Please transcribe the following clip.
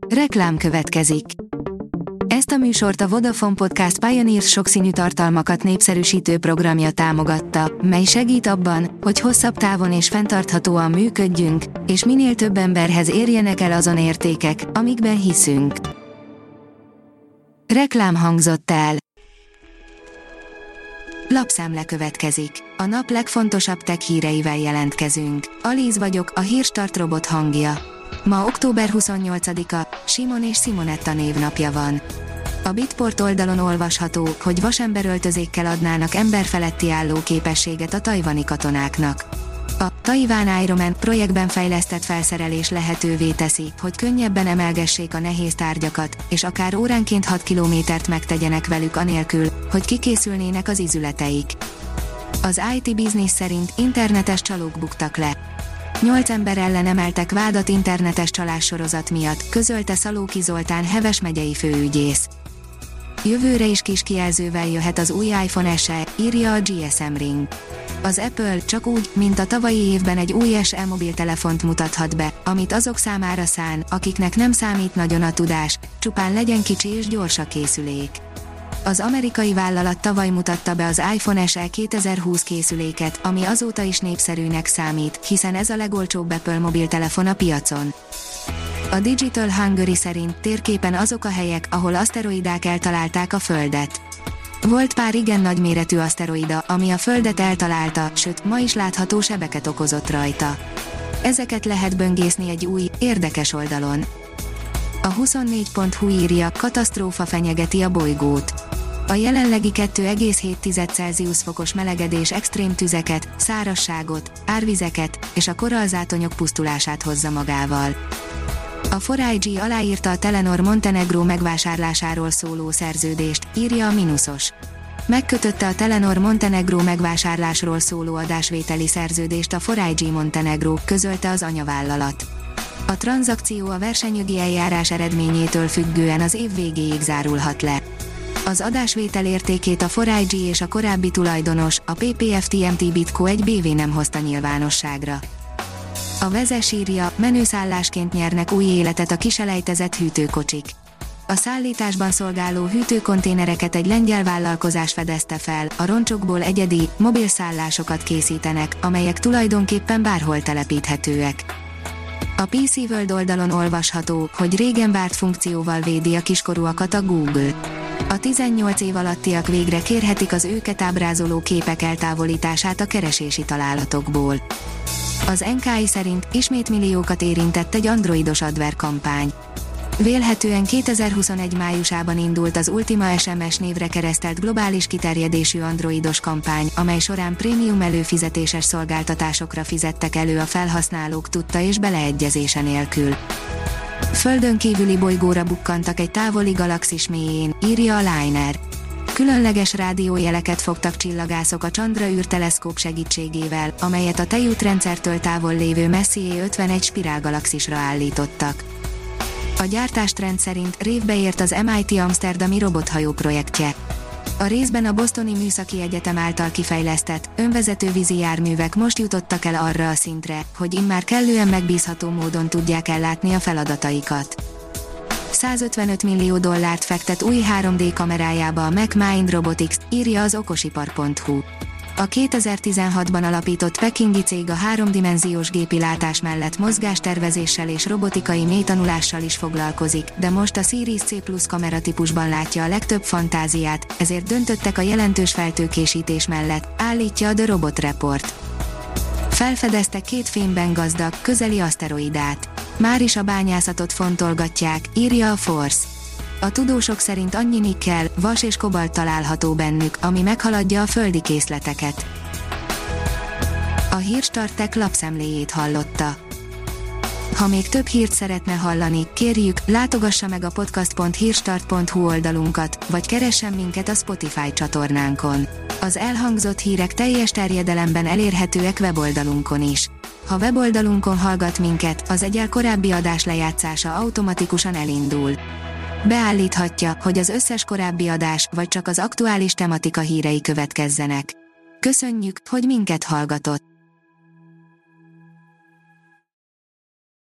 Reklám következik. Ezt a műsort a Vodafone Podcast Pioneers sokszínű tartalmakat népszerűsítő programja támogatta, mely segít abban, hogy hosszabb távon és fenntarthatóan működjünk, és minél több emberhez érjenek el azon értékek, amikben hiszünk. Reklám hangzott el. Lapszemle következik. A nap legfontosabb tech híreivel jelentkezünk. Alíz vagyok, a Hírstart robot hangja. Ma október 28-a, Simon és Simonetta névnapja van. A Bitport oldalon olvasható, hogy vasemberöltözékkel adnának emberfeletti álló képességet a tajvani katonáknak. A Taiwan Ironman projektben fejlesztett felszerelés lehetővé teszi, hogy könnyebben emelgessék a nehéz tárgyakat, és akár óránként 6 kilométert megtegyenek velük anélkül, hogy kikészülnének az izületeik. Az IT Business szerint internetes csalók buktak le. 8 ember ellen emeltek vádat internetes csalássorozat miatt, közölte Szalóki Zoltán Heves megyei főügyész. Jövőre is kis kijelzővel jöhet az új iPhone SE, írja a GSM Ring. Az Apple csak úgy, mint a tavalyi évben egy új SE mobiltelefont mutathat be, amit azok számára szán, akiknek nem számít nagyon a tudás, csupán legyen kicsi és gyors a készülék. Az amerikai vállalat tavaly mutatta be az iPhone SE 2020 készüléket, ami azóta is népszerűnek számít, hiszen ez a legolcsóbb Apple mobiltelefon a piacon. A Digital Hungary szerint térképen azok a helyek, ahol aszteroidák eltalálták a Földet. Volt pár igen nagyméretű aszteroida, ami a Földet eltalálta, sőt, ma is látható sebeket okozott rajta. Ezeket lehet böngészni egy új, érdekes oldalon. A 24.hu írja, katasztrófa fenyegeti a bolygót. A jelenlegi 2,7 Celsius fokos melegedés extrém tüzeket, szárazságot, árvizeket és a korallzátonyok pusztulását hozza magával. A 4iG aláírta a Telenor Montenegro megvásárlásáról szóló szerződést, írja a Minusos. Megkötötte a Telenor Montenegro megvásárlásról szóló adásvételi szerződést a 4iG Montenegro, közölte az anyavállalat. A tranzakció a versenyjogi eljárás eredményétől függően az év végéig zárulhat le. Az adásvétel értékét a 4iG és a korábbi tulajdonos, a PPF TMT Bitco egy BV nem hozta nyilvánosságra. A Vezes írja, menőszállásként nyernek új életet a kiselejtezett hűtőkocsik. A szállításban szolgáló hűtőkonténereket egy lengyel vállalkozás fedezte fel, a roncsokból egyedi, mobil szállásokat készítenek, amelyek tulajdonképpen bárhol telepíthetőek. A PC World oldalon olvasható, hogy régen várt funkcióval védi a kiskorúakat a Google. A 18 év alattiak végre kérhetik az őket ábrázoló képek eltávolítását a keresési találatokból. Az NKI szerint ismét milliókat érintett egy androidos adware kampány. Vélhetően 2021 májusában indult az Ultima SMS névre keresztelt globális kiterjedésű androidos kampány, amely során prémium előfizetéses szolgáltatásokra fizettek elő a felhasználók tudta és beleegyezése nélkül. Földön kívüli bolygóra bukkantak egy távoli galaxis mélyén, írja a Liner. Különleges rádiójeleket fogtak csillagászok a Chandra űrteleszkóp segítségével, amelyet a Tejútrendszertől távol lévő Messier 51 spirálgalaxisra állítottak. A gyártástrend szerint révbe ért az MIT amszterdami robothajó projektje. A részben a Bostoni Műszaki Egyetem által kifejlesztett, önvezető vízi járművek most jutottak el arra a szintre, hogy immár kellően megbízható módon tudják ellátni a feladataikat. $155 millió fektet új 3D kamerájába a MacMind Robotics, írja az okosipar.hu. A 2016-ban alapított pekingi cég a háromdimenziós gépi látás mellett mozgástervezéssel és robotikai mélytanulással is foglalkozik, de most a Series C Plus kameratípusban látja a legtöbb fantáziát, ezért döntöttek a jelentős feltőkésítés mellett, állítja a The Robot Report. Felfedeztek 2 fémben gazdag, közeli aszteroidát. Már is a bányászatot fontolgatják, írja a Force. A tudósok szerint annyi nikkel, vas és kobalt található bennük, ami meghaladja a földi készleteket. A Hírstart Tech lapszemléjét hallotta. Ha még több hírt szeretne hallani, kérjük, látogassa meg a podcast.hírstart.hu oldalunkat, vagy keressen minket a Spotify csatornánkon. Az elhangzott hírek teljes terjedelemben elérhetőek weboldalunkon is. Ha weboldalunkon hallgat minket, az egyel korábbi adás lejátszása automatikusan elindul. Beállíthatja, hogy az összes korábbi adás, vagy csak az aktuális tematika hírei következzenek. Köszönjük, hogy minket hallgatott!